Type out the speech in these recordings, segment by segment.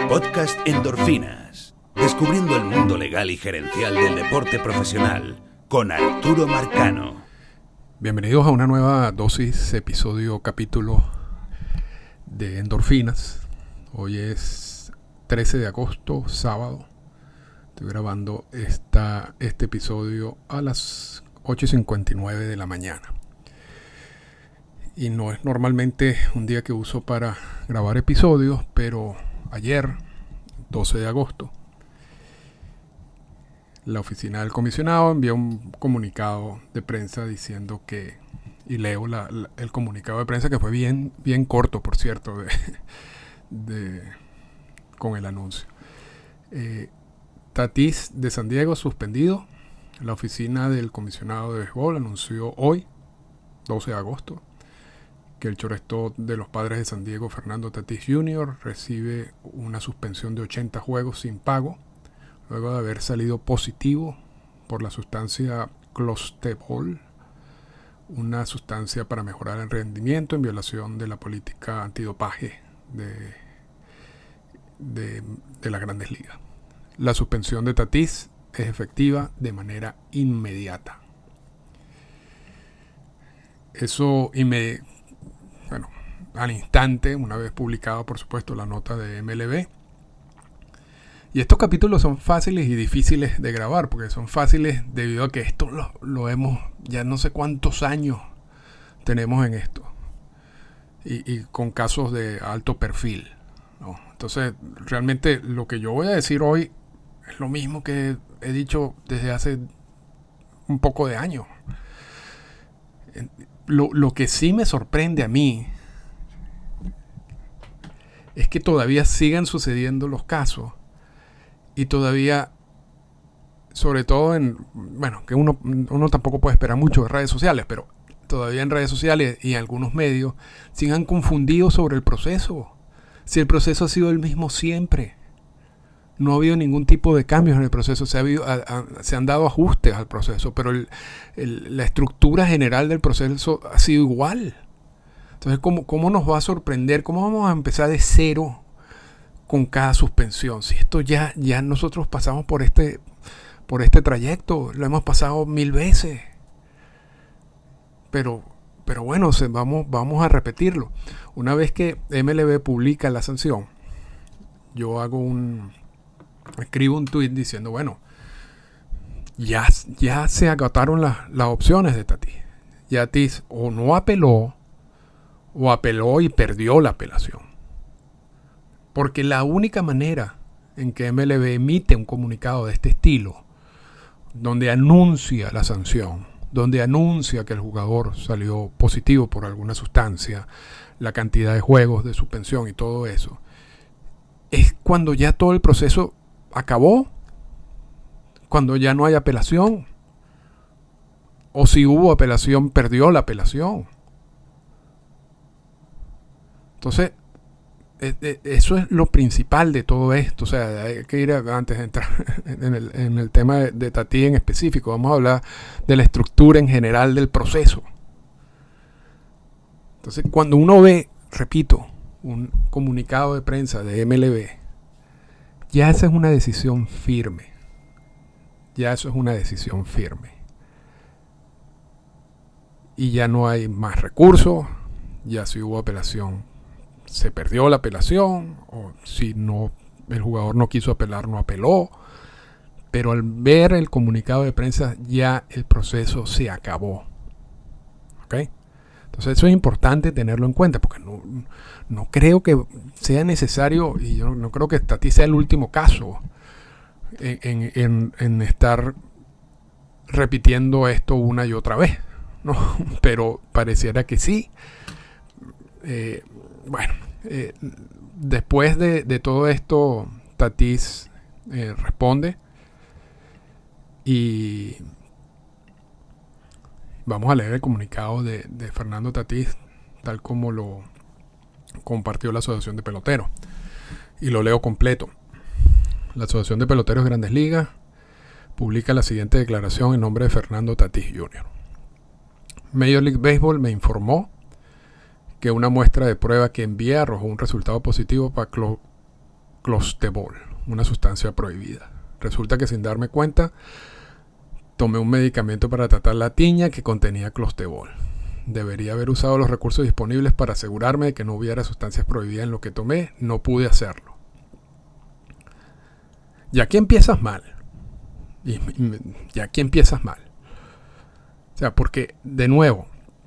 Podcast Endorfinas. Descubriendo el mundo legal y gerencial del deporte profesional con Arturo Marcano. Bienvenidos a una nueva dosis, episodio, capítulo de Endorfinas. Hoy es 13 de agosto, sábado. Estoy grabando este episodio a las 8:59 de la mañana. Y no es normalmente un día que uso para grabar episodios, pero ayer, 12 de agosto, la oficina del comisionado envió un comunicado de prensa diciendo que, y leo el comunicado de prensa, que fue bien corto, por cierto, con el anuncio. Tatis de San Diego suspendido. La oficina del comisionado de béisbol anunció hoy, 12 de agosto, que el shortstop de los Padres de San Diego, Fernando Tatis Jr., recibe una suspensión de 80 juegos sin pago, luego de haber salido positivo por la sustancia clostebol, una sustancia para mejorar el rendimiento en violación de la política antidopaje de las Grandes Ligas. La suspensión de Tatis es efectiva de manera inmediata. Eso al instante, una vez publicado, por supuesto, la nota de MLB. Y estos capítulos son fáciles y difíciles de grabar, porque son fáciles debido a que esto lo hemos, ya no sé cuántos años tenemos en esto, y con casos de alto perfil, ¿no? Entonces, realmente lo que yo voy a decir hoy es lo mismo que he dicho desde hace un poco de años. Lo que sí me sorprende a mí es que todavía sigan sucediendo los casos y todavía, sobre todo que uno tampoco puede esperar mucho de redes sociales, pero todavía en redes sociales y en algunos medios sigan confundidos sobre el proceso. Si el proceso ha sido el mismo siempre, no ha habido ningún tipo de cambios en el proceso, se han dado ajustes al proceso, pero la estructura general del proceso ha sido igual. Entonces, ¿cómo nos va a sorprender? ¿Cómo vamos a empezar de cero con cada suspensión? Si esto ya nosotros pasamos por este trayecto, lo hemos pasado 1000 veces. Pero bueno, vamos a repetirlo. Una vez que MLB publica la sanción, yo escribo un tweet diciendo, bueno, ya se agotaron las opciones de Tatis. Ya Tatis o no apeló, o apeló y perdió la apelación. Porque la única manera en que MLB emite un comunicado de este estilo, donde anuncia la sanción, donde anuncia que el jugador salió positivo por alguna sustancia, la cantidad de juegos de suspensión y todo eso, es cuando ya todo el proceso acabó, cuando ya no hay apelación, o si hubo apelación, perdió la apelación. Entonces, eso es lo principal de todo esto. O sea, hay que ir antes de entrar en el tema de Tatis en específico. Vamos a hablar de la estructura en general del proceso. Entonces, cuando uno ve, repito, un comunicado de prensa de MLB, ya esa es una decisión firme. Ya eso es una decisión firme. Y ya no hay más recursos. Ya si hubo apelación, se perdió la apelación, o si no, el jugador no quiso apelar, no apeló. Pero al ver el comunicado de prensa, ya el proceso se acabó. ¿Ok? Entonces eso es importante tenerlo en cuenta, porque no creo que sea necesario, y yo no creo que Tatis sea el último caso en estar repitiendo esto una y otra vez, ¿no? Pero pareciera que sí. Después de todo esto, Tatis responde, y vamos a leer el comunicado de Fernando Tatis, tal como lo compartió la Asociación de Peloteros, y lo leo completo. La Asociación de Peloteros de Grandes Ligas publica la siguiente declaración en nombre de Fernando Tatis Jr. Major League Baseball me informó que una muestra de prueba que envié arrojó un resultado positivo para clostebol, una sustancia prohibida. Resulta que sin darme cuenta tomé un medicamento para tratar la tiña que contenía clostebol. Debería haber usado los recursos disponibles para asegurarme de que no hubiera sustancias prohibidas en lo que tomé. No pude hacerlo. Y aquí empiezas mal. Y aquí empiezas mal. O sea, porque, de nuevo,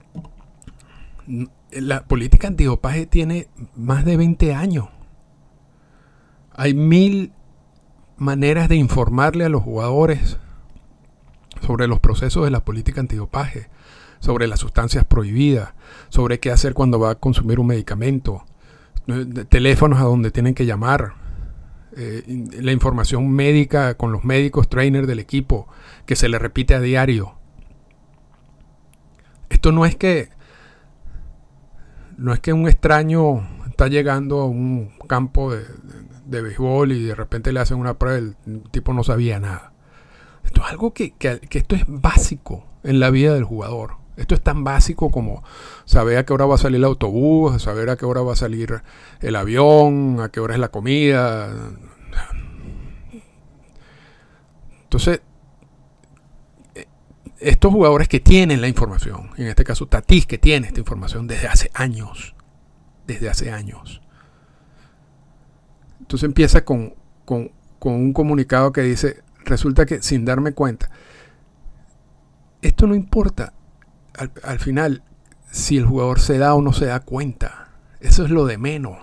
la política antidopaje tiene más de 20 años. Hay 1000 maneras de informarle a los jugadores sobre los procesos de la política antidopaje, sobre las sustancias prohibidas, sobre qué hacer cuando va a consumir un medicamento, teléfonos a donde tienen que llamar, la información médica con los médicos, trainers del equipo, que se le repite a diario. Esto no es que un extraño está llegando a un campo de béisbol y de repente le hacen una prueba y el tipo no sabía nada. Esto es algo que esto es básico en la vida del jugador. Esto es tan básico como saber a qué hora va a salir el autobús, saber a qué hora va a salir el avión, a qué hora es la comida. Entonces, estos jugadores que tienen la información, en este caso Tatis, que tiene esta información desde hace años. Entonces empieza con un comunicado que dice, resulta que sin darme cuenta, esto no importa al final si el jugador se da o no se da cuenta. Eso es lo de menos.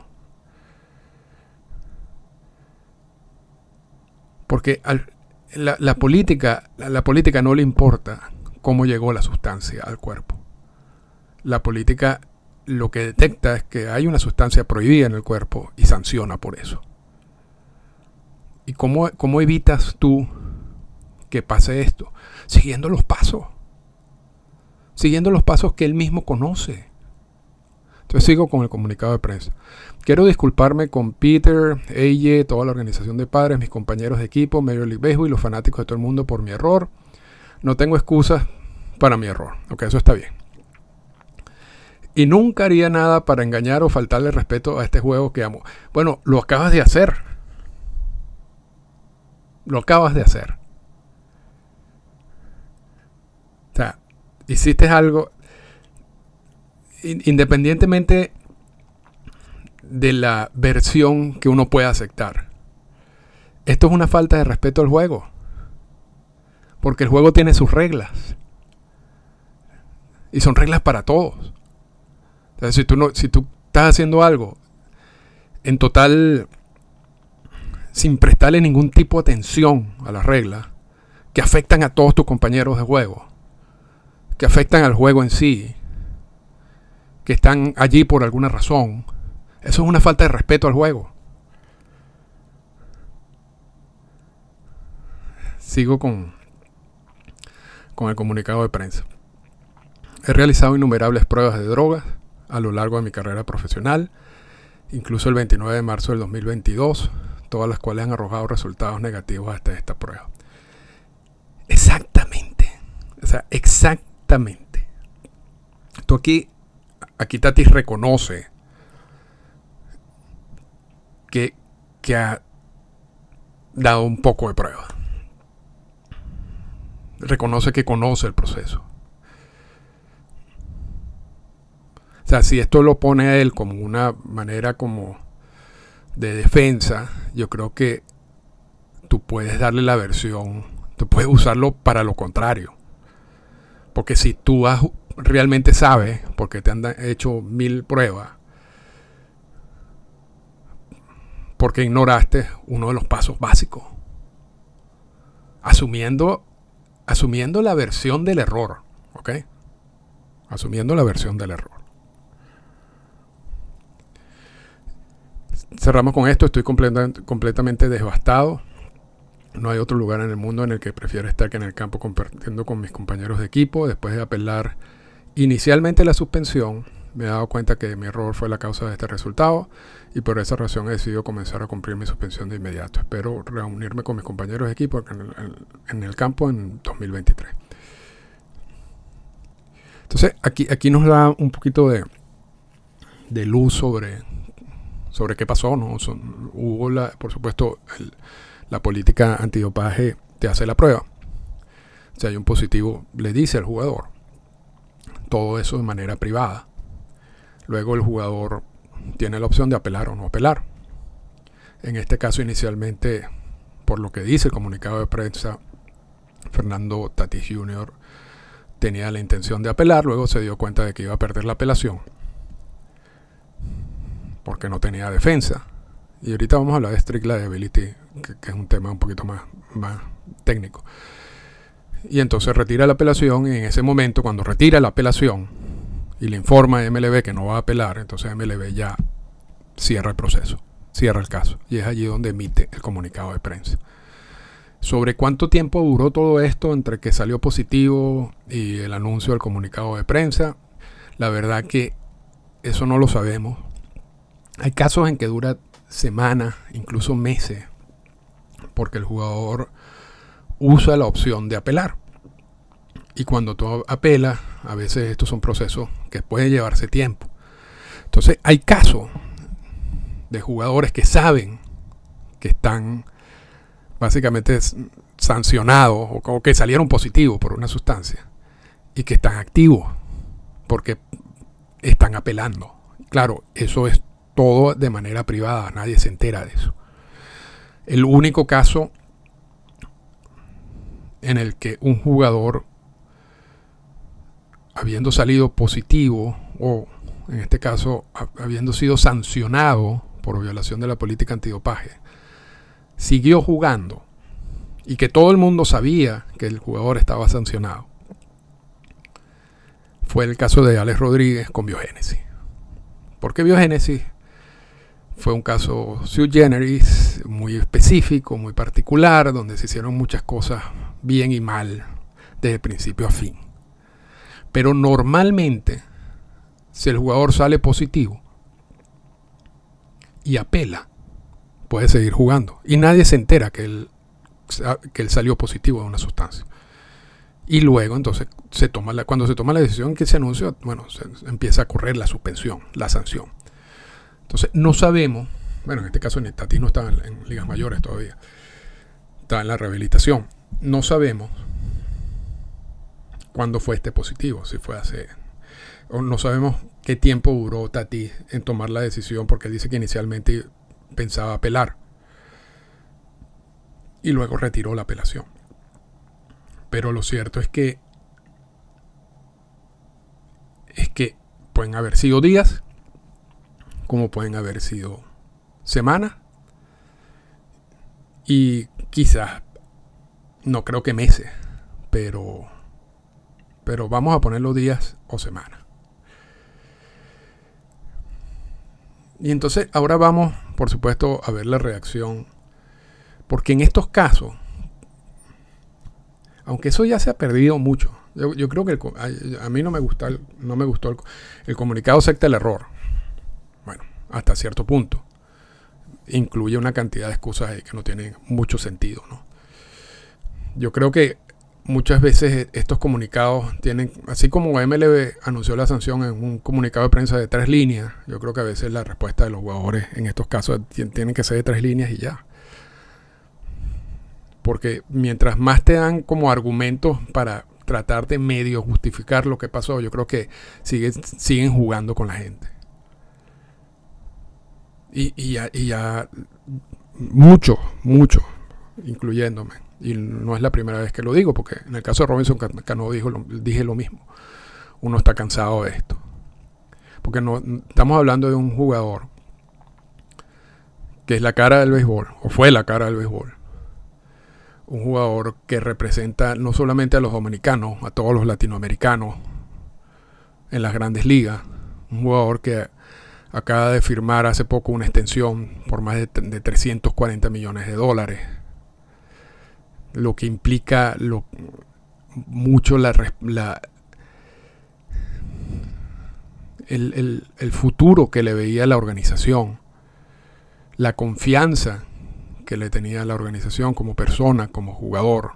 Porque la política no le importa cómo llegó la sustancia al cuerpo. La política lo que detecta es que hay una sustancia prohibida en el cuerpo y sanciona por eso. ¿Y cómo evitas tú que pase esto? Siguiendo los pasos que él mismo conoce. Entonces sigo con el comunicado de prensa. Quiero disculparme con Peter, AJ, toda la organización de padres, mis compañeros de equipo, Major League Baseball y los fanáticos de todo el mundo por mi error. No tengo excusas para mi error. Ok, eso está bien. Y nunca haría nada para engañar o faltarle respeto a este juego que amo. Bueno, lo acabas de hacer. Lo acabas de hacer. O sea, hiciste algo independientemente de la versión que uno pueda aceptar. Esto es una falta de respeto al juego. Porque el juego tiene sus reglas. Y son reglas para todos. O sea, si tú estás haciendo algo en total sin prestarle ningún tipo de atención a las reglas que afectan a todos tus compañeros de juego, que afectan al juego en sí, que están allí por alguna razón, eso es una falta de respeto al juego. Sigo con el comunicado de prensa. He realizado innumerables pruebas de drogas a lo largo de mi carrera profesional, incluso el 29 de marzo del 2022, todas las cuales han arrojado resultados negativos hasta esta prueba. Exactamente. O sea, exactamente. Esto aquí Tatis reconoce que ha dado un poco de prueba. Reconoce que conoce el proceso. O sea, si esto lo pone a él como una manera como de defensa, yo creo que tú puedes darle la versión, tú puedes usarlo para lo contrario. Porque si tú realmente sabes, porque te han hecho 1000 pruebas, porque ignoraste uno de los pasos básicos, asumiendo la versión del error, ¿ok? Asumiendo la versión del error. Cerramos con esto. Estoy completamente devastado. No hay otro lugar en el mundo en el que prefiero estar que en el campo compartiendo con mis compañeros de equipo. Después de apelar inicialmente la suspensión, me he dado cuenta que mi error fue la causa de este resultado y por esa razón he decidido comenzar a cumplir mi suspensión de inmediato. Espero reunirme con mis compañeros de equipo en el campo en 2023. Entonces aquí nos da un poquito de luz sobre qué pasó, ¿no? Hubo, por supuesto, la política antidopaje te hace la prueba. Si hay un positivo, le dice al jugador. Todo eso de manera privada. Luego el jugador tiene la opción de apelar o no apelar. En este caso, inicialmente, por lo que dice el comunicado de prensa, Fernando Tatis Jr. tenía la intención de apelar, luego se dio cuenta de que iba a perder la apelación porque no tenía defensa. Y ahorita vamos a hablar de strict liability, que es un tema un poquito más técnico. Y entonces retira la apelación, y en ese momento, cuando retira la apelación y le informa a MLB que no va a apelar, entonces MLB ya cierra el proceso, cierra el caso, y es allí donde emite el comunicado de prensa. Sobre cuánto tiempo duró todo esto entre que salió positivo y el anuncio del comunicado de prensa, la verdad que eso no lo sabemos. Hay casos en que dura semanas, incluso meses, porque el jugador usa la opción de apelar. Y cuando tú apelas, a veces estos son procesos que pueden llevarse tiempo. Entonces hay casos de jugadores que saben que están básicamente sancionados o que salieron positivos por una sustancia y que están activos porque están apelando. Claro, eso es todo de manera privada, nadie se entera de eso. El único caso en el que un jugador, habiendo salido positivo o en este caso habiendo sido sancionado por violación de la política antidopaje, siguió jugando y que todo el mundo sabía que el jugador estaba sancionado, fue el caso de Alex Rodríguez con Biogénesis. ¿Por qué Biogénesis? Fue un caso sui generis, muy específico, muy particular, donde se hicieron muchas cosas bien y mal desde principio a fin. Pero normalmente, si el jugador sale positivo y apela, puede seguir jugando. Y nadie se entera que él salió positivo de una sustancia. Y luego, entonces, cuando se toma la decisión que se anuncia, bueno, se empieza a correr la suspensión, la sanción. Entonces, no sabemos, bueno, en este caso Tatis no estaba en ligas mayores todavía, estaba en la rehabilitación. No sabemos cuándo fue este positivo, si fue hace, o no sabemos qué tiempo duró Tatis en tomar la decisión, porque él dice que inicialmente pensaba apelar y luego retiró la apelación. Pero lo cierto es que pueden haber sido días, como pueden haber sido semanas, y quizás, no creo que meses, pero vamos a ponerlo días o semanas. Y entonces ahora vamos, por supuesto, a ver la reacción, porque en estos casos, aunque eso ya se ha perdido mucho, yo creo que a mí no me gustó el comunicado, acepta el error. Bueno, hasta cierto punto. Incluye una cantidad de excusas ahí que no tienen mucho sentido, ¿no? Yo creo que muchas veces estos comunicados tienen, así como MLB anunció la sanción en un comunicado de prensa de 3 líneas, yo creo que a veces la respuesta de los jugadores en estos casos tienen que ser de 3 líneas y ya. Porque mientras más te dan como argumentos para tratar de medio justificar lo que pasó, yo creo que siguen jugando con la gente. Y ya mucho, incluyéndome. Y no es la primera vez que lo digo, porque en el caso de Robinson Cano dije lo mismo. Uno está cansado de esto. Porque no estamos hablando de un jugador que es la cara del béisbol, o fue la cara del béisbol. Un jugador que representa no solamente a los dominicanos, a todos los latinoamericanos en las grandes ligas. Un jugador que acaba de firmar hace poco una extensión por más de 340 millones de dólares. Lo que implica mucho el futuro que le veía a la organización, la confianza que le tenía a la organización como persona, como jugador.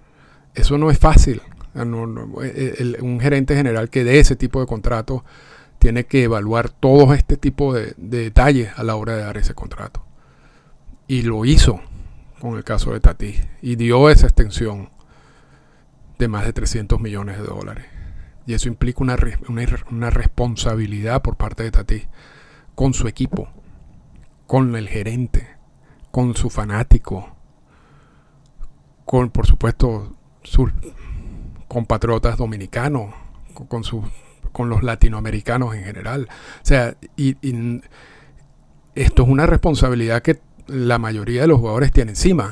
Eso no es fácil. Un gerente general que dé ese tipo de contrato tiene que evaluar todo este tipo de detalles a la hora de dar ese contrato. Y lo hizo con el caso de Tatis. Y dio esa extensión de más de $300 millones. Y eso implica una responsabilidad por parte de Tatis con su equipo, con el gerente, con su fanático, con, por supuesto, sus compatriotas dominicanos, con los latinoamericanos en general. O sea, y esto es una responsabilidad que la mayoría de los jugadores tienen encima.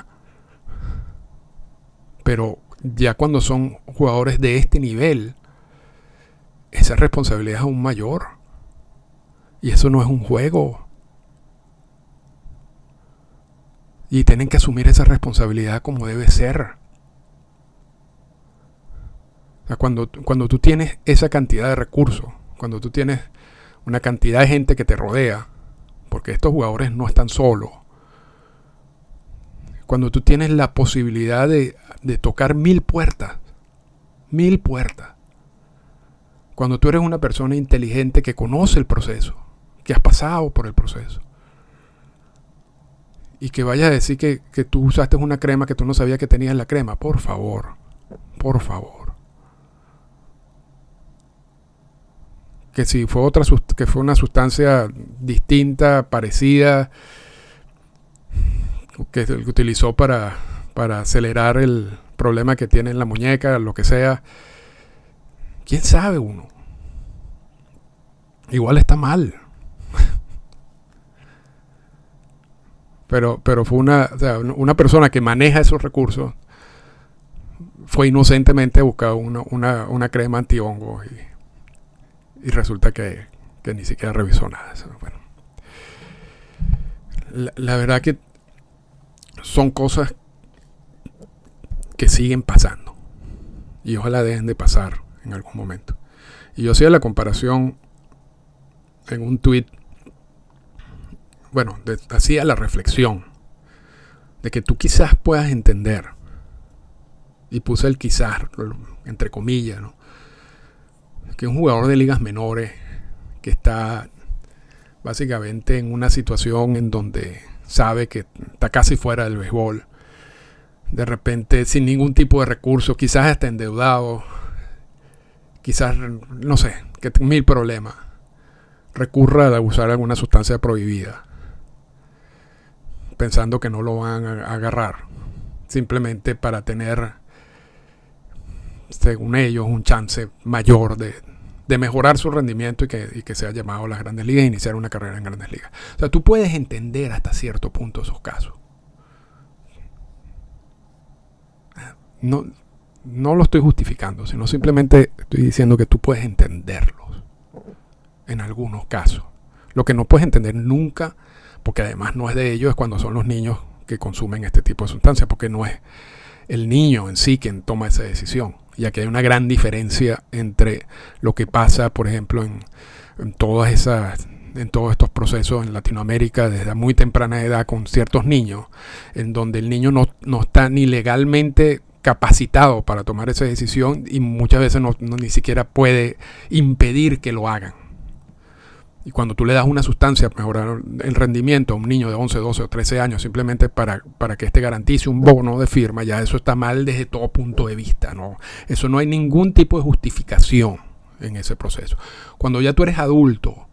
Pero ya cuando son jugadores de este nivel, esa responsabilidad es aún mayor. Y eso no es un juego. Y tienen que asumir esa responsabilidad como debe ser. O sea, cuando tú tienes esa cantidad de recursos, cuando tú tienes una cantidad de gente que te rodea, porque estos jugadores no están solos, cuando tú tienes la posibilidad de tocar 1000 puertas, cuando tú eres una persona inteligente que conoce el proceso, que has pasado por el proceso, y que vayas a decir que tú usaste una crema que tú no sabías que tenías en la crema, por favor. Que si fue que fue una sustancia distinta, parecida, que utilizó para acelerar el problema que tiene en la muñeca, lo que sea, ¿quién sabe uno? Igual está mal. Pero fue una persona que maneja esos recursos, fue inocentemente a buscar una crema antihongo y resulta que ni siquiera revisó nada. Bueno, la verdad que son cosas que siguen pasando y ojalá dejen de pasar en algún momento. Y yo hacía la comparación en un tweet, bueno, hacía la reflexión de que tú quizás puedas entender, y puse el quizás entre comillas, ¿no?, que un jugador de ligas menores que está básicamente en una situación en donde sabe que está casi fuera del béisbol, de repente sin ningún tipo de recursos, quizás hasta endeudado, quizás, no sé, que 1000 problemas, recurra a usar alguna sustancia prohibida, pensando que no lo van a agarrar, simplemente para tener, según ellos, un chance mayor de mejorar su rendimiento y que sea llamado a las Grandes Ligas e iniciar una carrera en Grandes Ligas. O sea, tú puedes entender hasta cierto punto esos casos. No lo estoy justificando, sino simplemente estoy diciendo que tú puedes entenderlos en algunos casos. Lo que no puedes entender nunca, porque además no es de ellos, es cuando son los niños que consumen este tipo de sustancias, porque no es el niño en sí quien toma esa decisión. Y aquí hay una gran diferencia entre lo que pasa, por ejemplo, en todos estos procesos en Latinoamérica desde muy temprana edad con ciertos niños, en donde el niño no está ni legalmente capacitado para tomar esa decisión y muchas veces ni siquiera puede impedir que lo hagan. Y cuando tú le das una sustancia para mejorar el rendimiento a un niño de 11, 12 o 13 años simplemente para que éste garantice un bono de firma, ya eso está mal desde todo punto de vista, ¿no? Eso no hay ningún tipo de justificación en ese proceso. Cuando ya tú eres adulto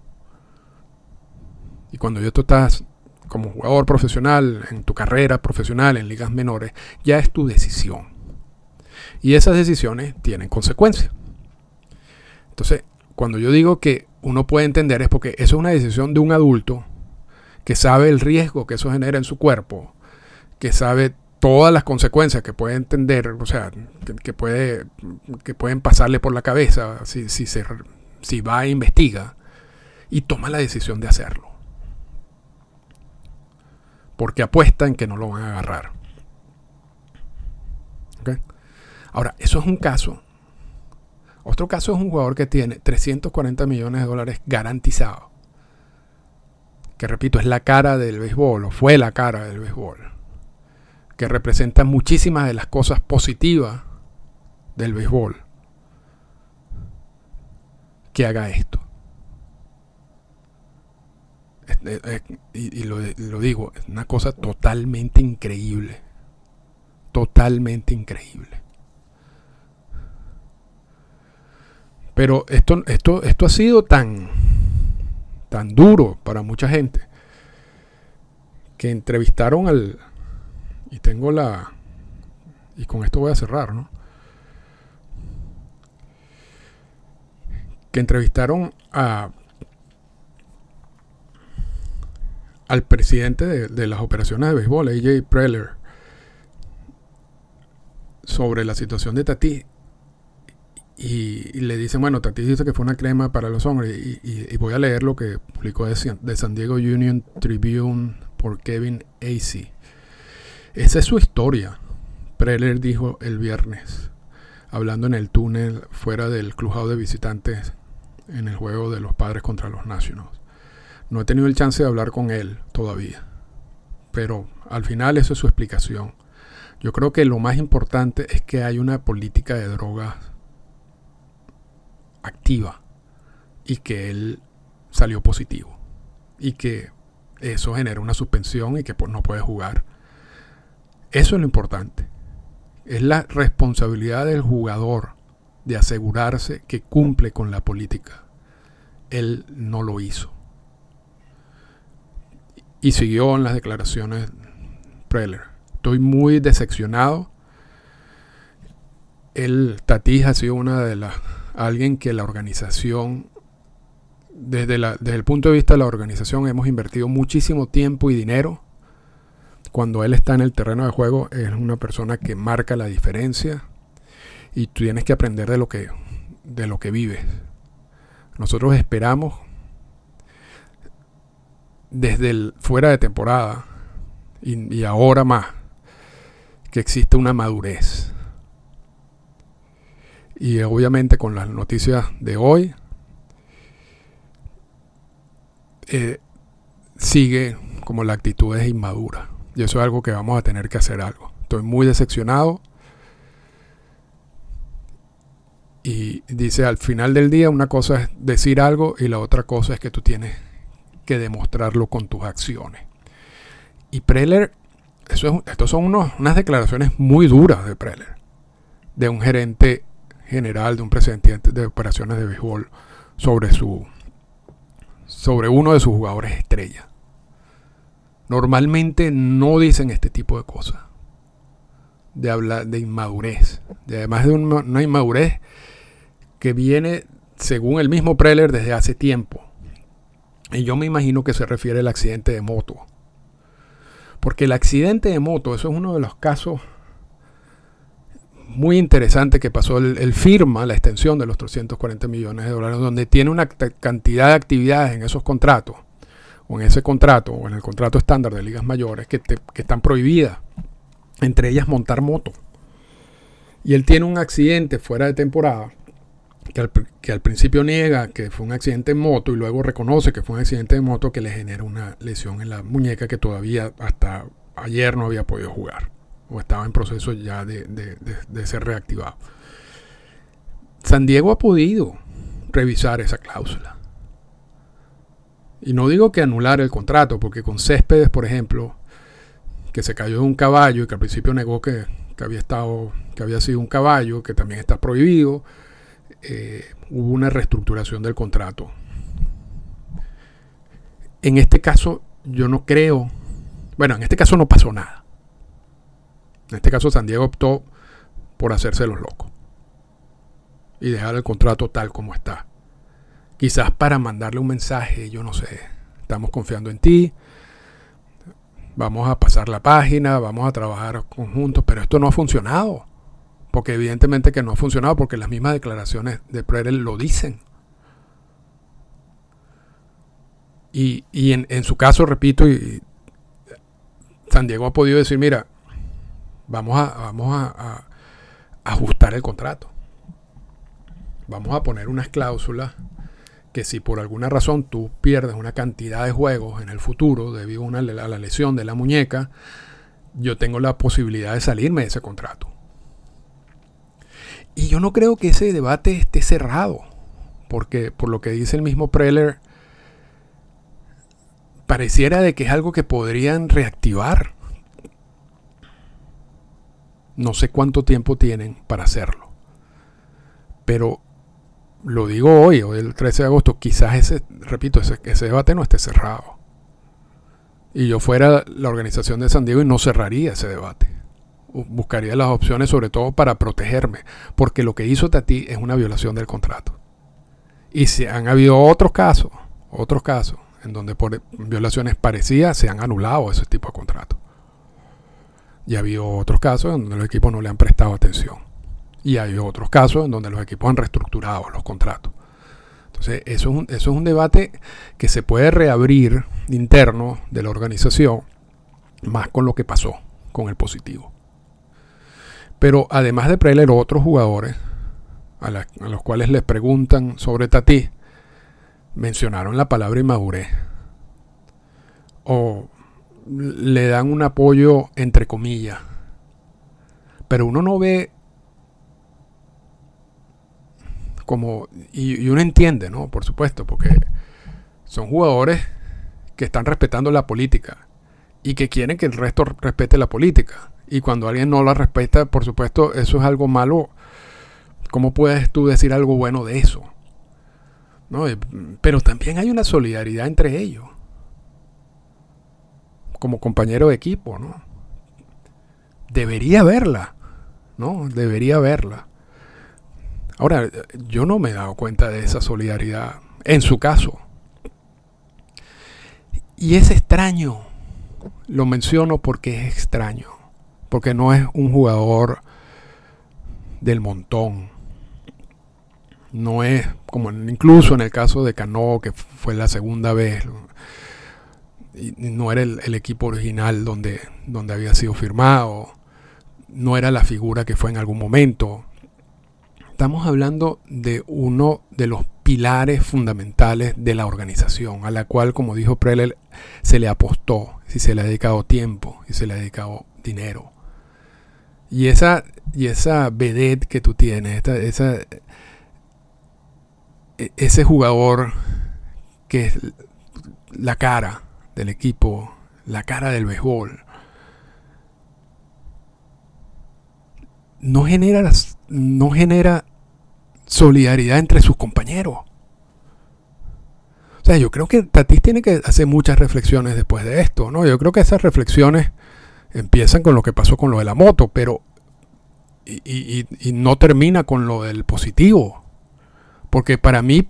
y cuando ya tú estás como jugador profesional, en tu carrera profesional, en ligas menores, ya es tu decisión. Y esas decisiones tienen consecuencias. Entonces, cuando yo digo que uno puede entender es porque eso es una decisión de un adulto que sabe el riesgo que eso genera en su cuerpo, que sabe todas las consecuencias que puede entender, o sea, que pueden pasarle por la cabeza si va e investiga y toma la decisión de hacerlo. Porque apuesta en que no lo van a agarrar. ¿Okay? Ahora, eso es un caso. Otro caso es un jugador que tiene $340 millones garantizados. Que repito, es la cara del béisbol, o fue la cara del béisbol. Que representa muchísimas de las cosas positivas del béisbol. Que haga esto. Y lo digo, es una cosa totalmente increíble. Totalmente increíble. Pero esto ha sido tan duro para mucha gente que entrevistaron y con esto voy a cerrar, ¿no? Que entrevistaron al presidente de las operaciones de béisbol, AJ Preller, sobre la situación de Tatis. Y le dicen, bueno, Tatis dice que fue una crema para los hombres. Y voy a leer lo que publicó de San Diego Union Tribune por Kevin Acee. Esa es su historia, Preller dijo el viernes, hablando en el túnel fuera del clubhouse de visitantes en el juego de los Padres contra los Nationals. No he tenido el chance de hablar con él todavía, pero al final eso es su explicación. Yo creo que lo más importante es que hay una política de drogas activa y que él salió positivo y que eso genera una suspensión y que no puede jugar. Eso es lo importante. Es la responsabilidad del jugador de asegurarse que cumple con la política. Él no lo hizo. Y siguió en las declaraciones Preller. Estoy muy decepcionado. Tatis ha sido alguien que la organización, desde el punto de vista de la organización, hemos invertido muchísimo tiempo y dinero. Cuando él está en el terreno de juego, es una persona que marca la diferencia y tú tienes que aprender de lo que vives. Nosotros esperamos desde fuera de temporada y ahora más que existe una madurez. Y obviamente con las noticias de hoy sigue como la actitud es inmadura. Y eso es algo que vamos a tener que hacer algo. Estoy muy decepcionado. Y dice, al final del día una cosa es decir algo y la otra cosa es que tú tienes que demostrarlo con tus acciones. Y Preller, estos son unas declaraciones muy duras de Preller, de un gerente general, de un presidente de operaciones de béisbol sobre uno de sus jugadores estrella. Normalmente no dicen este tipo de cosas, de hablar de inmadurez, de además de una inmadurez que viene, según el mismo Preller, desde hace tiempo. Y yo me imagino que se refiere al accidente de moto, porque el accidente de moto, eso es uno de los casos muy interesantes que pasó. Él firma la extensión de los $340 millones, donde tiene una cantidad de actividades en esos contratos, o en ese contrato, o en el contrato estándar de ligas mayores, que están prohibidas, entre ellas montar moto. Y él tiene un accidente fuera de temporada, que al principio niega que fue un accidente en moto y luego reconoce que fue un accidente de moto que le genera una lesión en la muñeca que todavía hasta ayer no había podido jugar, o estaba en proceso ya de ser reactivado. San Diego ha podido revisar esa cláusula. Y no digo que anular el contrato, porque con Céspedes, por ejemplo, que se cayó de un caballo y que al principio negó que había sido un caballo, que también está prohibido, hubo una reestructuración del contrato. En este caso, yo no creo, en este caso no pasó nada. En este caso, San Diego optó por hacerse los locos y dejar el contrato tal como está. Quizás para mandarle un mensaje, yo no sé, estamos confiando en ti, vamos a pasar la página, vamos a trabajar conjuntos, pero esto no ha funcionado. Porque evidentemente que no ha funcionado, porque las mismas declaraciones de Preller lo dicen. Y en su caso, repito, San Diego ha podido decir, mira, vamos a ajustar el contrato. Vamos a poner unas cláusulas que si por alguna razón tú pierdes una cantidad de juegos en el futuro debido a la lesión de la muñeca, yo tengo la posibilidad de salirme de ese contrato. Y yo no creo que ese debate esté cerrado, porque por lo que dice el mismo Preller, pareciera de que es algo que podrían reactivar. No sé cuánto tiempo tienen para hacerlo. Pero lo digo hoy el 13 de agosto, quizás ese debate no esté cerrado. Y yo fuera la organización de San Diego y no cerraría ese debate. Buscaría las opciones sobre todo para protegerme. Porque lo que hizo Tatis es una violación del contrato. Y si han habido otros casos en donde por violaciones parecidas se han anulado ese tipo de contratos. Y ha habido otros casos en donde los equipos no le han prestado atención. Y hay otros casos en donde los equipos han reestructurado los contratos. Entonces, eso es un debate que se puede reabrir interno de la organización, más con lo que pasó con el positivo. Pero además de Preller, otros jugadores a los cuales les preguntan sobre Tatis, mencionaron la palabra inmadurez. O le dan un apoyo entre comillas. Pero uno no ve como, y uno entiende, ¿no? Por supuesto, porque son jugadores que están respetando la política y que quieren que el resto respete la política. Y cuando alguien no la respeta, por supuesto, eso es algo malo. ¿Cómo puedes tú decir algo bueno de eso? ¿No? Pero también hay una solidaridad entre ellos, como compañero de equipo, ¿no? Debería haberla, ¿no? Debería haberla. Ahora, yo no me he dado cuenta de esa solidaridad en su caso. Y es extraño. Lo menciono porque es extraño. Porque no es un jugador del montón. No es como incluso en el caso de Cano, que fue la segunda vez. Y no era el equipo original donde había sido firmado. No era la figura que fue en algún momento. Estamos hablando de uno de los pilares fundamentales de la organización, a la cual, como dijo Preller, se le apostó, y se le ha dedicado tiempo, y se le ha dedicado dinero. Y esa vedette que tú tienes, ese jugador que es la cara del equipo, la cara del béisbol, no genera solidaridad entre sus compañeros. O sea, yo creo que Tatis tiene que hacer muchas reflexiones después de esto, ¿no? Yo creo que esas reflexiones empiezan con lo que pasó con lo de la moto, pero y no termina con lo del positivo. Porque para mí,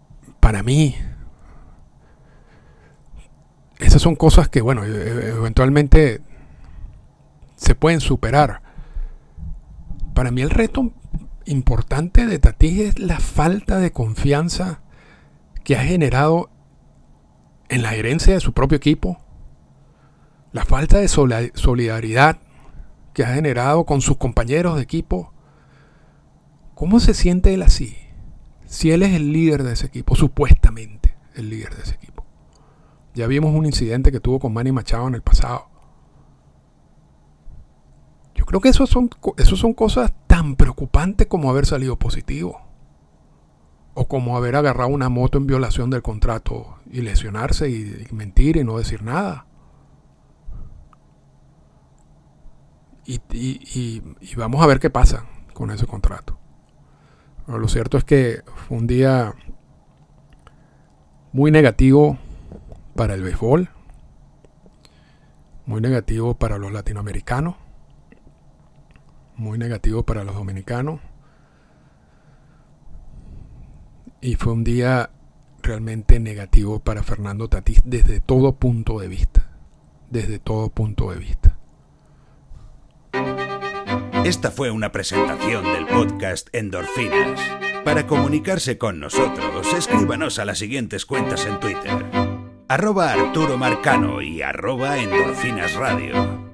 esas son cosas que, bueno, eventualmente se pueden superar. Para mí el reto importante de Tatis es la falta de confianza que ha generado en la gerencia de su propio equipo, la falta de solidaridad que ha generado con sus compañeros de equipo. ¿Cómo se siente él así? Si él es el líder de ese equipo, supuestamente el líder de ese equipo. Ya vimos un incidente que tuvo con Manny Machado en el pasado. Yo creo que esos son cosas tan preocupantes como haber salido positivo. O como haber agarrado una moto en violación del contrato y lesionarse y mentir y no decir nada. Y vamos a ver qué pasa con ese contrato. Pero lo cierto es que fue un día muy negativo para el béisbol, muy negativo para los latinoamericanos, muy negativo para los dominicanos. Y fue un día realmente negativo para Fernando Tatis desde todo punto de vista. Desde todo punto de vista. Esta fue una presentación del podcast Endorfinas. Para comunicarse con nosotros, escríbanos a las siguientes cuentas en Twitter: @Arturo Marcano y @Endorfinas Radio.